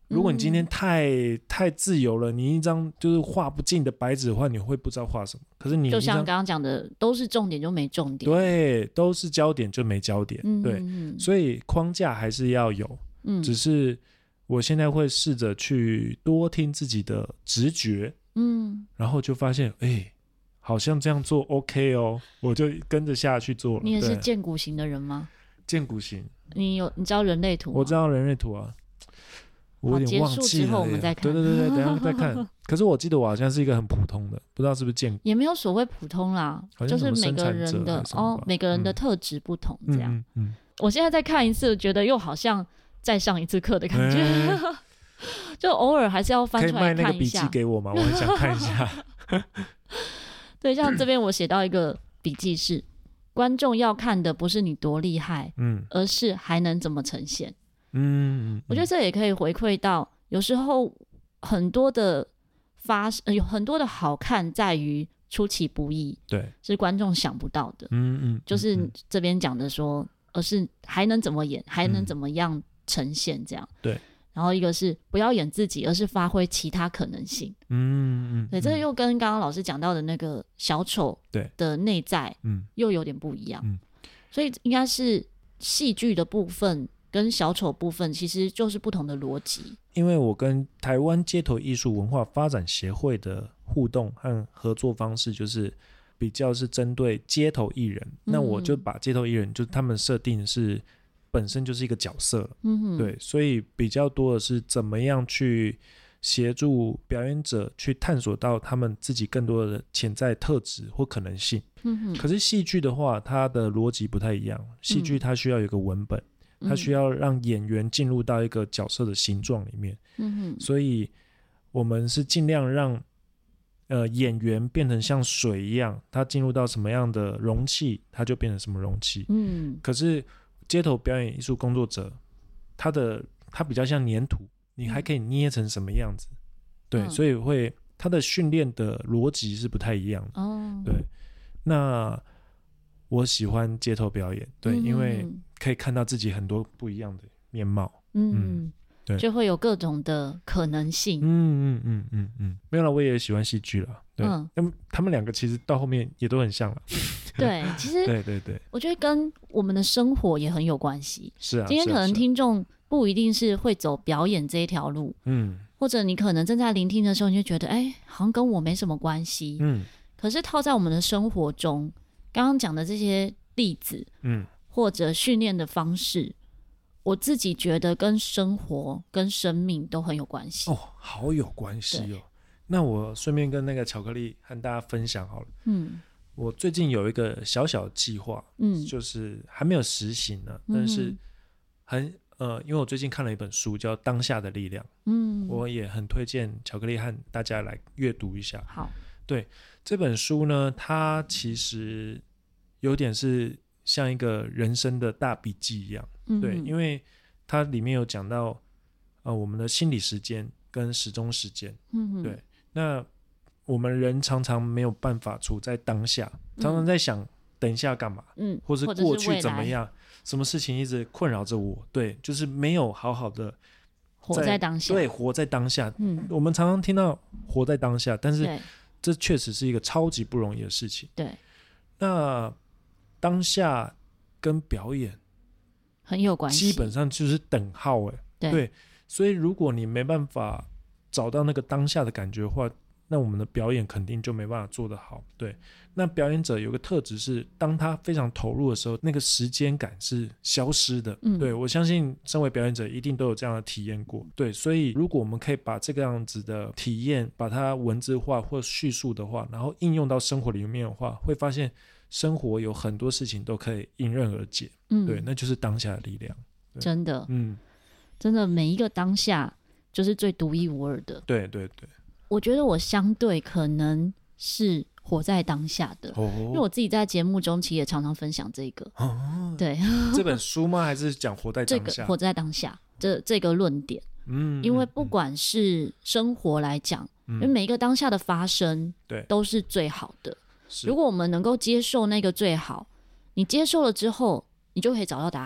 如果你今天太自由了，你一张就是画不尽的白纸的话，你会不知道画什么。可是你就像刚刚讲的，都是重点就没重点， 对，都是焦点就没焦点，对，所以框架还是要有，只是我现在会试着去多听自己的直觉，然后就发现，好像这样做 OK 哦，我就跟着下去做了。 你也是剑骨型的人吗？ 剑骨型， 你知道人类图吗？ 我知道人类图啊。我有点忘记了， 结束之后我们再看。 对，等一下再看。可是我记得我好像是一个很普通的，不知道是不是剑， 也没有所谓普通啦，就是每个人的每个人的特质不同这样。我现在再看一次，觉得又好像再上一次课的感觉，就偶尔还是要翻出来看一下。可以卖那个笔记给我吗？我很想看一下。 对，像这边我写到一个笔记是：观众要看的不是你多厉害，而是还能怎么呈现。我觉得这也可以回馈到，有时候很多的有很多的好看在于出其不意，对，是观众想不到的。就是这边讲的说，而是还能怎么演，还能怎么样呈现这样。对。然后一个是不要演自己，而是发挥其他可能性。对，这个又跟刚刚老师讲到的那个小丑的内在，又有点不一样。所以应该是戏剧的部分跟小丑部分其实就是不同的逻辑。 因为我跟台湾街头艺术文化发展协会的互动和合作方式，就是比较是针对街头艺人，那我就把街头艺人就是他们设定是本身就是一个角色，对，所以比较多的是怎么样去协助表演者去探索到他们自己更多的潜在特质或可能性。可是戏剧的话，它的逻辑不太一样，戏剧它需要有一个文本，它需要让演员进入到一个角色的形状里面，所以我们是尽量让演员变成像水一样，他进入到什么样的容器，他就变成什么容器。可是街头表演艺术工作者，他比较像粘土，你还可以捏成什么样子，对，所以他的训练的逻辑是不太一样的。对，那我喜欢街头表演，对，因为可以看到自己很多不一样的面貌。对， 就会有各种的可能性。 没有啦，我也喜欢戏剧啦。对，他们两个其实到后面也都很像了。 对，其实对，我觉得跟我们的生活也很有关系。是啊，今天可能听众不一定是会走表演这一条路，或者你可能正在聆听的时候，你就觉得好像跟我没什么关系。可是套在我们的生活中，刚刚讲的这些例子，或者训练的方式，我自己觉得跟生活跟生命都很有关系。 好有关系哦。那我顺便跟那个巧克力和大家分享好了。我最近有一个小小计划，就是还没有实行呢，但是因为我最近看了一本书叫《当下的力量》，我也很推荐巧克力和大家来阅读一下。好，对，这本书呢，它其实有点是像一个人生的大笔记一样，对，因为它里面有讲到我们的心理时间跟时钟时间，对，那我们人常常没有办法处在当下，常常在想等一下干嘛，或是过去怎么样，什么事情一直困扰着我，对，就是没有好好的活在当下， 对，活在当下。我们常常听到活在当下，但是这确实是一个超级不容易的事情。对，那当下跟表演很有关系， 基本上就是等号。对，所以如果你没办法找到那个当下的感觉的话，那我们的表演肯定就没办法做得好。对，那表演者有个特质是，当他非常投入的时候，那个时间感是消失的。对，我相信身为表演者一定都有这样的体验过。对，所以如果我们可以把这个样子的体验把它文字化或叙述的话，然后应用到生活里面的话，会发现生活有很多事情都可以迎刃而解。对，那就是当下的力量。 真的，真的每一个当下就是最独一无二的。 对， 我觉得我相对可能是活在当下的，因为我自己在节目中其实也常常分享这个。对， 这本书吗？还是讲活在当下？ 这个活在当下这个论点。因为不管是生活来讲，因为每一个当下的发生，都是最好的。如果我们能够接受那个最好，你接受了之后，你就可以找到答案。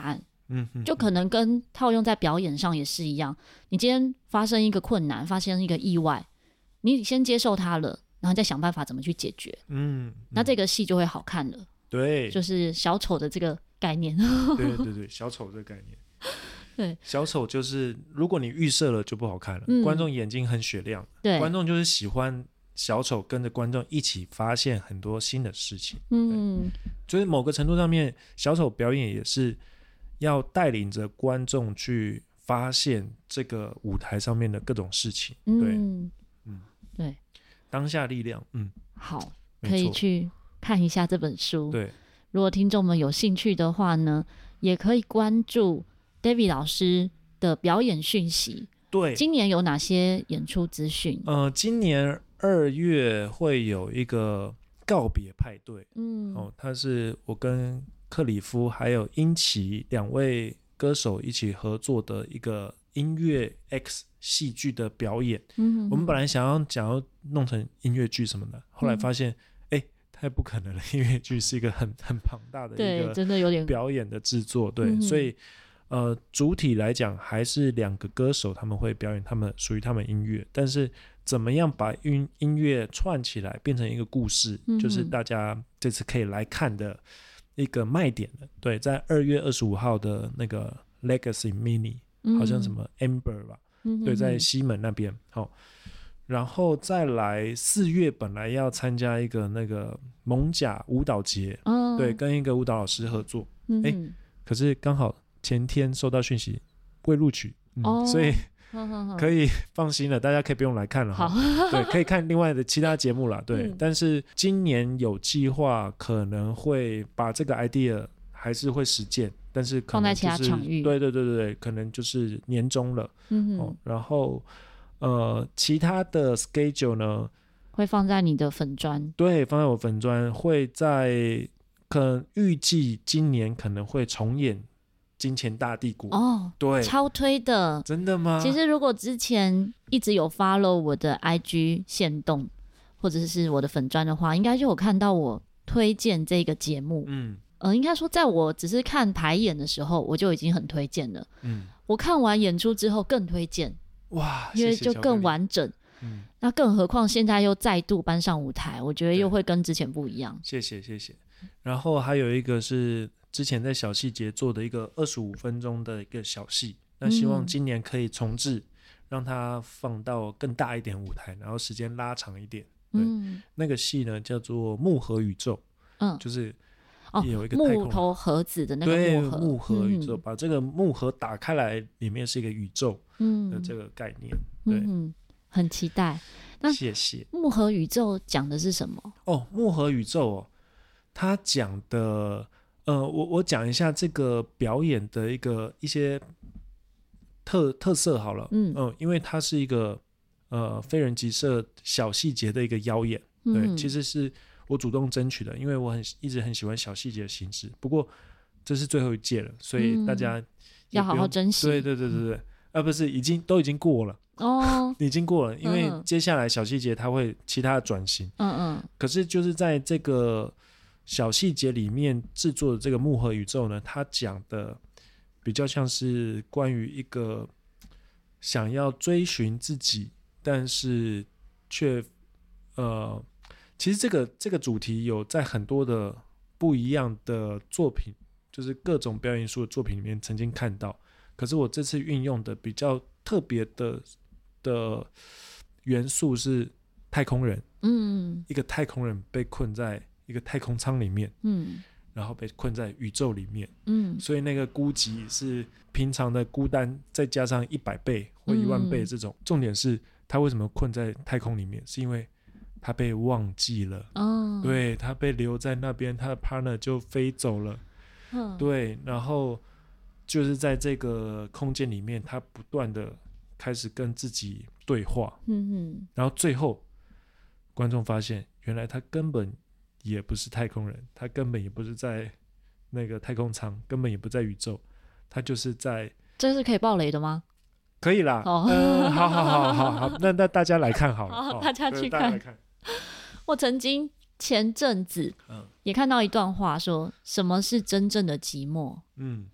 就可能跟套用在表演上也是一样。你今天发生一个困难，发生一个意外，你先接受它了，然后再想办法怎么去解决。那这个戏就会好看了。 对， 就是小丑的这个概念。 对对对，小丑这个概念。 对， 小丑就是如果你预设了就不好看了。观众眼睛很雪亮， 对， 观众就是喜欢小丑跟着观众一起发现很多新的事情。就是某个程度上面，小丑表演也是要带领着观众去发现这个舞台上面的各种事情。对，当下力量。 好，可以去看一下这本书。 对， 如果听众们有兴趣的话呢，也可以关注 David 老师的表演讯息。 对， 今年有哪些演出资讯？ 今年2月会有一个告别派对。它是我跟克里夫还有英奇2位歌手一起合作的一个音乐 X 戏剧的表演。我们本来想要弄成音乐剧什么的，后来发现太不可能了，音乐剧是一个很庞大的一个真的有点表演的制作。对，所以主体来讲还是2个歌手他们会表演他们属于他们音乐，但是怎么样把音乐串起来变成一个故事，就是大家这次可以来看的一个卖点了。对，在2月25号的那个 Legacy Mini，好像什么 Amber 吧，对，在西门那边。然后再来4月本来要参加一个那个蒙甲舞蹈节，对，跟一个舞蹈老师合作。可是刚好前天收到讯息未录取，所以可以放心了，大家可以不用来看了。对，可以看另外的其他节目了。对，但是今年有计划可能会把这个 idea 还是会实践，但是可能就是放在其他场域。对对对对，可能就是年终了。然后其他的 schedule 呢会放在你的粉专。 对，放在我粉专，会在可能预计今年可能会重演金钱大帝国。对， 超推的。真的吗？其实如果之前一直有 follow 我的 IG 限动或者是我的粉专的话，应该就有看到我推荐这个节目。应该说在我只是看排演的时候我就已经很推荐了。我看完演出之后更推荐。哇，因为就更完整。那更何况现在又再度搬上舞台，我觉得又会跟之前不一样。谢谢。然后还有一个是之前在小细节做的一个25分钟的一个小戏，那希望今年可以重置，让它放到更大一点舞台，然后时间拉长一点。对，那个戏呢叫做木盒宇宙。就是有一个木头盒子的那个木盒。对，木盒宇宙，把这个木盒打开来，里面是一个宇宙的这个概念。对，很期待。那谢谢。木盒宇宙讲的是什么？木盒宇宙它讲的我讲一下这个表演的一些特色好了。因为它是一个非人即社小细节的一个邀演。对，其实是我主动争取的，因为我一直很喜欢小细节的形式。不过这是最后一届了，所以大家要好好珍惜。对，不是都已经过了。已经过了，因为接下来小细节它会其他的转型。可是就是在这个小细节里面制作的这个木盒宇宙呢，它讲的比较像是关于一个想要追寻自己，但是却其实这个主题有在很多的不一样的作品，就是各种表演艺术的作品里面曾经看到。可是我这次运用的比较特别的元素是太空人。一个太空人被困在一个太空舱里面。然后被困在宇宙里面。所以那个孤寂是平常的孤单再加上100倍或1万倍这种。重点是他为什么困在太空里面，是因为他被忘记了。对，他被留在那边，他的 partner 就飞走了。对，然后就是在这个空间里面，他不断的开始跟自己对话。然后最后观众发现原来他根本也不是太空人，他根本也不是在那个太空舱，根本也不在宇宙，他就是在。这是可以爆雷的吗？可以啦。好，那大家来看好了。大家去看。我曾经前阵子也看到一段话说，什么是真正的寂寞？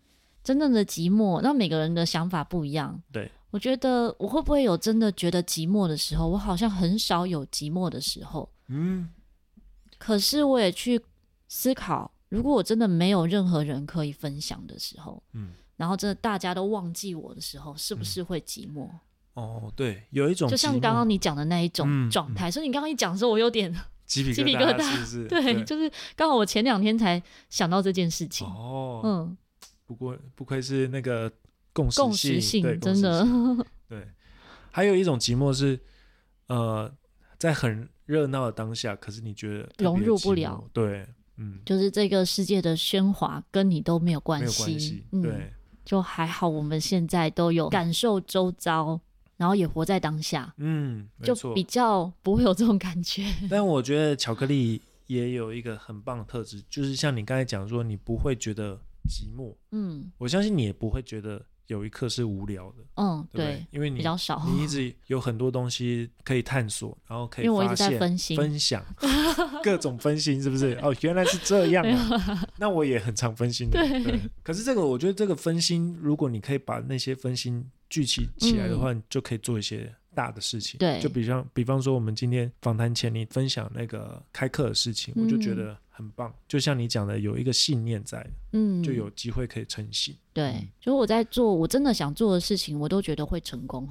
真正的寂寞，那每个人的想法不一样。 对， 我觉得我会不会有真的觉得寂寞的时候？我好像很少有寂寞的时候。可是我也去思考，如果我真的没有任何人可以分享的时候，然后真的大家都忘记我的时候，是不是会寂寞？ 对，有一种就像刚刚你讲的那一种状态。所以你刚刚一讲的时候，我有点鸡皮疙瘩， 是不是？ 对，就是刚好我前2天才想到这件事情。 不愧是那个共识性， 真的。 对，还有一种寂寞是，在很热闹的当下，可是你觉得融入不了。 对， 就是这个世界的喧哗跟你都没有关系。 对， 就还好，我们现在都有感受周遭，然后也活在当下。就比较不会有这种感觉。 但我觉得巧克力也有一个很棒的特质，就是像你刚才讲说，你不会觉得寂寞。我相信你也不会觉得有一刻是无聊的。对，因为你比较少， 你一直有很多东西可以探索，然后可以因为我一直发现、 在分心、 分享各种分心，是不是？原来是这样啊！那我也很常分心的。对，可是我觉得这个分心，如果你可以把那些分心聚集起来的话，你就可以做一些大的事情。 对， 就比方说，我们今天访谈前你分享那个开课的事情，我就觉得很棒。就像你讲的，有一个信念在，就有机会可以成型。 对，就我在做我真的想做的事情，我都觉得会成功。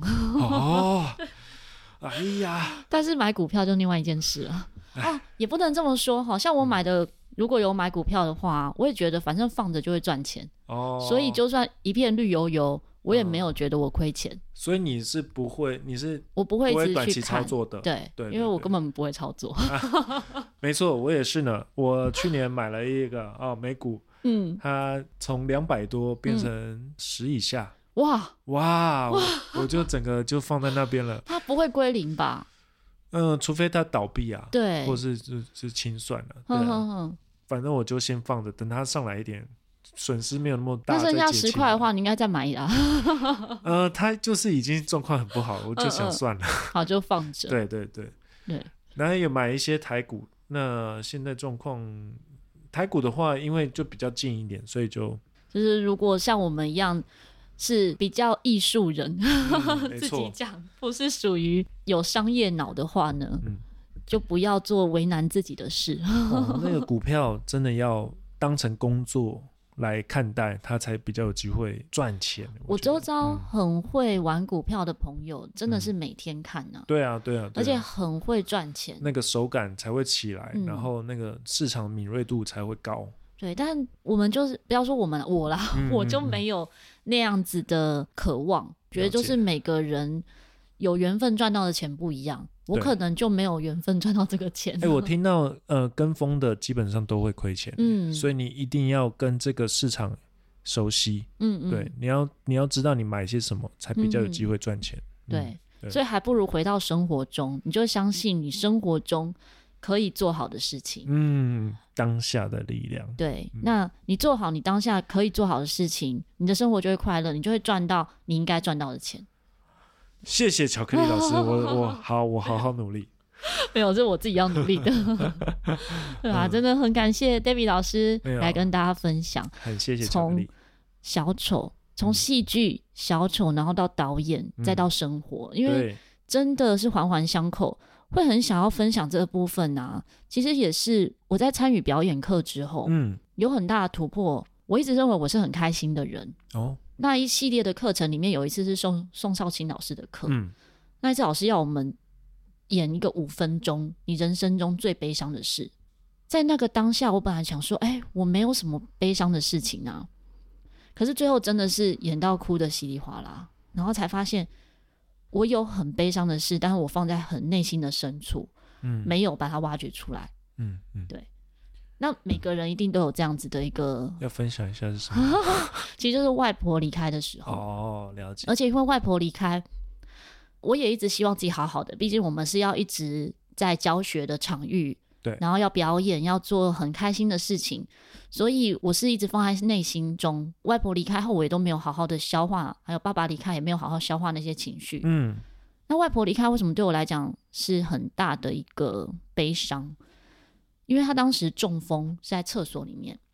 哎呀！ 但是买股票就另外一件事了。也不能这么说。好像我买的，如果有买股票的话，我也觉得反正放着就会赚钱。所以就算一片绿油油，我也没有觉得我亏钱。 所以你是不会，我不会一直去看短期操作的。 对，因为我根本不会操作。 没错，我也是呢。我去年买了一个美股，它从200多变成10以下。哇！我就整个就放在那边了。 它不会归零吧？ 除非它倒闭啊， 对， 或是清算了。对，反正我就先放着，等它上来一点，损失没有那么大。 那剩下10块的话，你应该再买啦。 它就是已经状况很不好，我就想算了。 好，就放着。 对。然后也买一些台股。那现在状况，台股的话，因为就比较近一点，所以就是如果像我们一样是比较艺术人，自己讲不是属于有商业脑的话呢，就不要做为难自己的事。 那个股票真的要当成工作来看待，它才比较有机会赚钱。 我周遭很会玩股票的朋友，真的是每天看啊。 对啊， 而且很会赚钱， 那个手感才会起来，然后那个市场敏锐度才会高。 对，但我们就是不要说我啦，我就没有那样子的渴望，觉得就是每个人有缘分赚到的钱不一样，我可能就没有缘分赚到这个钱。 我听到跟风的基本上都会亏钱，所以你一定要跟这个市场熟悉，对，你要知道你买些什么才比较有机会赚钱。 对，所以还不如回到生活中，你就相信你生活中可以做好的事情。 当下的力量。 对，那你做好你当下可以做好的事情，你的生活就会快乐，你就会赚到你应该赚到的钱。 谢谢巧克力老师，我好好努力。 没有，这是我自己要努力的。对啊，真的很感谢 David 老师来跟大家分享。 很谢谢巧克力。 从小丑，从戏剧小丑，然后到导演，再到生活，因为真的是环环相扣。会很想要分享这个部分啊，其实也是我在参与表演课之后，有很大的突破。我一直认为我是很开心的人。那一系列的课程里面，有一次是宋少卿老师的课，那一次老师要我们演一个5分钟你人生中最悲伤的事。在那个当下，我本来想说，我没有什么悲伤的事情啊，可是最后真的是演到哭的稀里哗啦，然后才发现我有很悲伤的事，但是我放在很内心的深处，没有把它挖掘出来。对。那每个人一定都有这样子的一个， 要分享一下是什么？ 其实就是外婆离开的时候。 了解。 而且因为外婆离开，我也一直希望自己好好的，毕竟我们是要一直在教学的场域， 对， 然后要表演，要做很开心的事情，所以我是一直放在内心中。外婆离开后，我也都没有好好的消化，还有爸爸离开也没有好好消化那些情绪。那外婆离开为什么对我来讲是很大的一个悲伤？因为他当时中风是在厕所里面，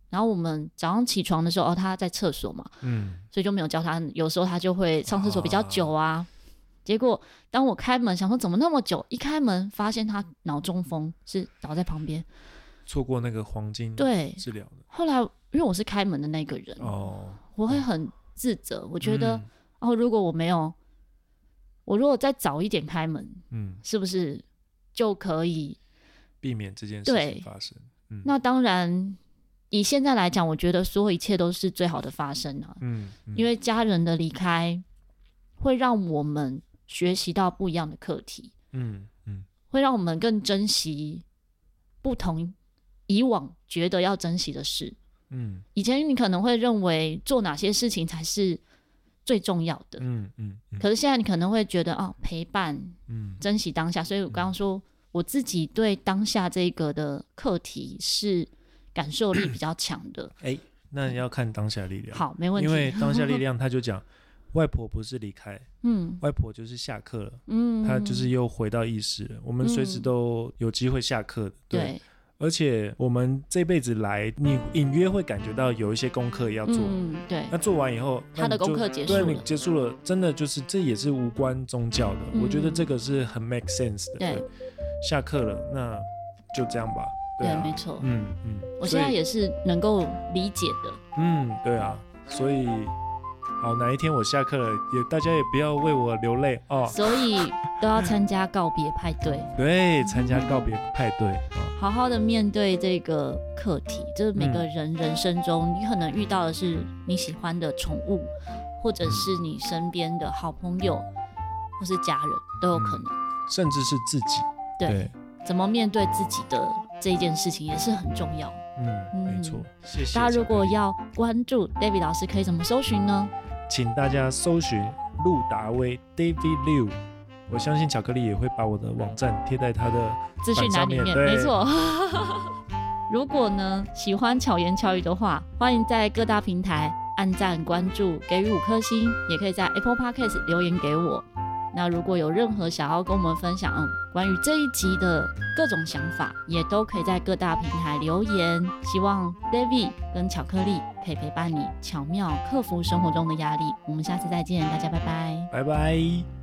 然后我们早上起床的时候，他在厕所嘛，所以就没有叫他。有时候他就会上厕所比较久啊。结果当我开门想说怎么那么久，一开门发现他脑中风，是倒在旁边， 错过那个黄金治疗的。 后来因为我是开门的那个人，我会很自责，我觉得如果我如果再早一点开门，是不是就可以避免这件事情发生？ 那当然，以现在来讲，我觉得所有一切都是最好的发生啊。因为家人的离开会让我们学习到不一样的课题，会让我们更珍惜不同以往觉得要珍惜的事。以前你可能会认为做哪些事情才是最重要的，可是现在你可能会觉得陪伴，珍惜当下。所以我刚刚说，我自己对当下这个的课题是感受力比较强的。 那你要看当下力量。 好，没问题。 因为当下力量，他就讲外婆不是离开，外婆就是下课了，他就是又回到意识了。我们随时都有机会下课的，对。而且我们这辈子来，你隐约会感觉到有一些功课要做， 对。 那做完以后， 他的功课结束了， 对，你结束了，真的就是这也是无关宗教的。我觉得这个是很 make sense 的。 对， 下课了，那就这样吧。对， 没错。我现在也是能够理解的。 对啊，所以好，哪一天我下课了，大家也不要为我流泪哦。 所以都要参加告别派对。 对，参加告别派对。 好好的面对这个课题，就是每个人人生中，你可能遇到的是你喜欢的宠物，或者是你身边的好朋友，或是家人都有可能， 甚至是自己。对， 怎么面对自己的这一件事情也是很重要。 没错，谢谢。 大家如果要关注 David 老师，可以怎么搜寻呢？ 请大家搜寻陆达威 David Liu。我相信巧克力也会把我的网站贴在他的资讯栏里面，没错。如果呢喜欢巧言巧语的话，欢迎在各大平台按赞、关注、给予5颗星，也可以在 Apple Podcast 留言给我。那如果有任何想要跟我们分享关于这一集的各种想法，也都可以在各大平台留言。希望 David 跟巧克力可以陪伴你巧妙克服生活中的压力。我们下次再见，大家拜拜。 拜拜。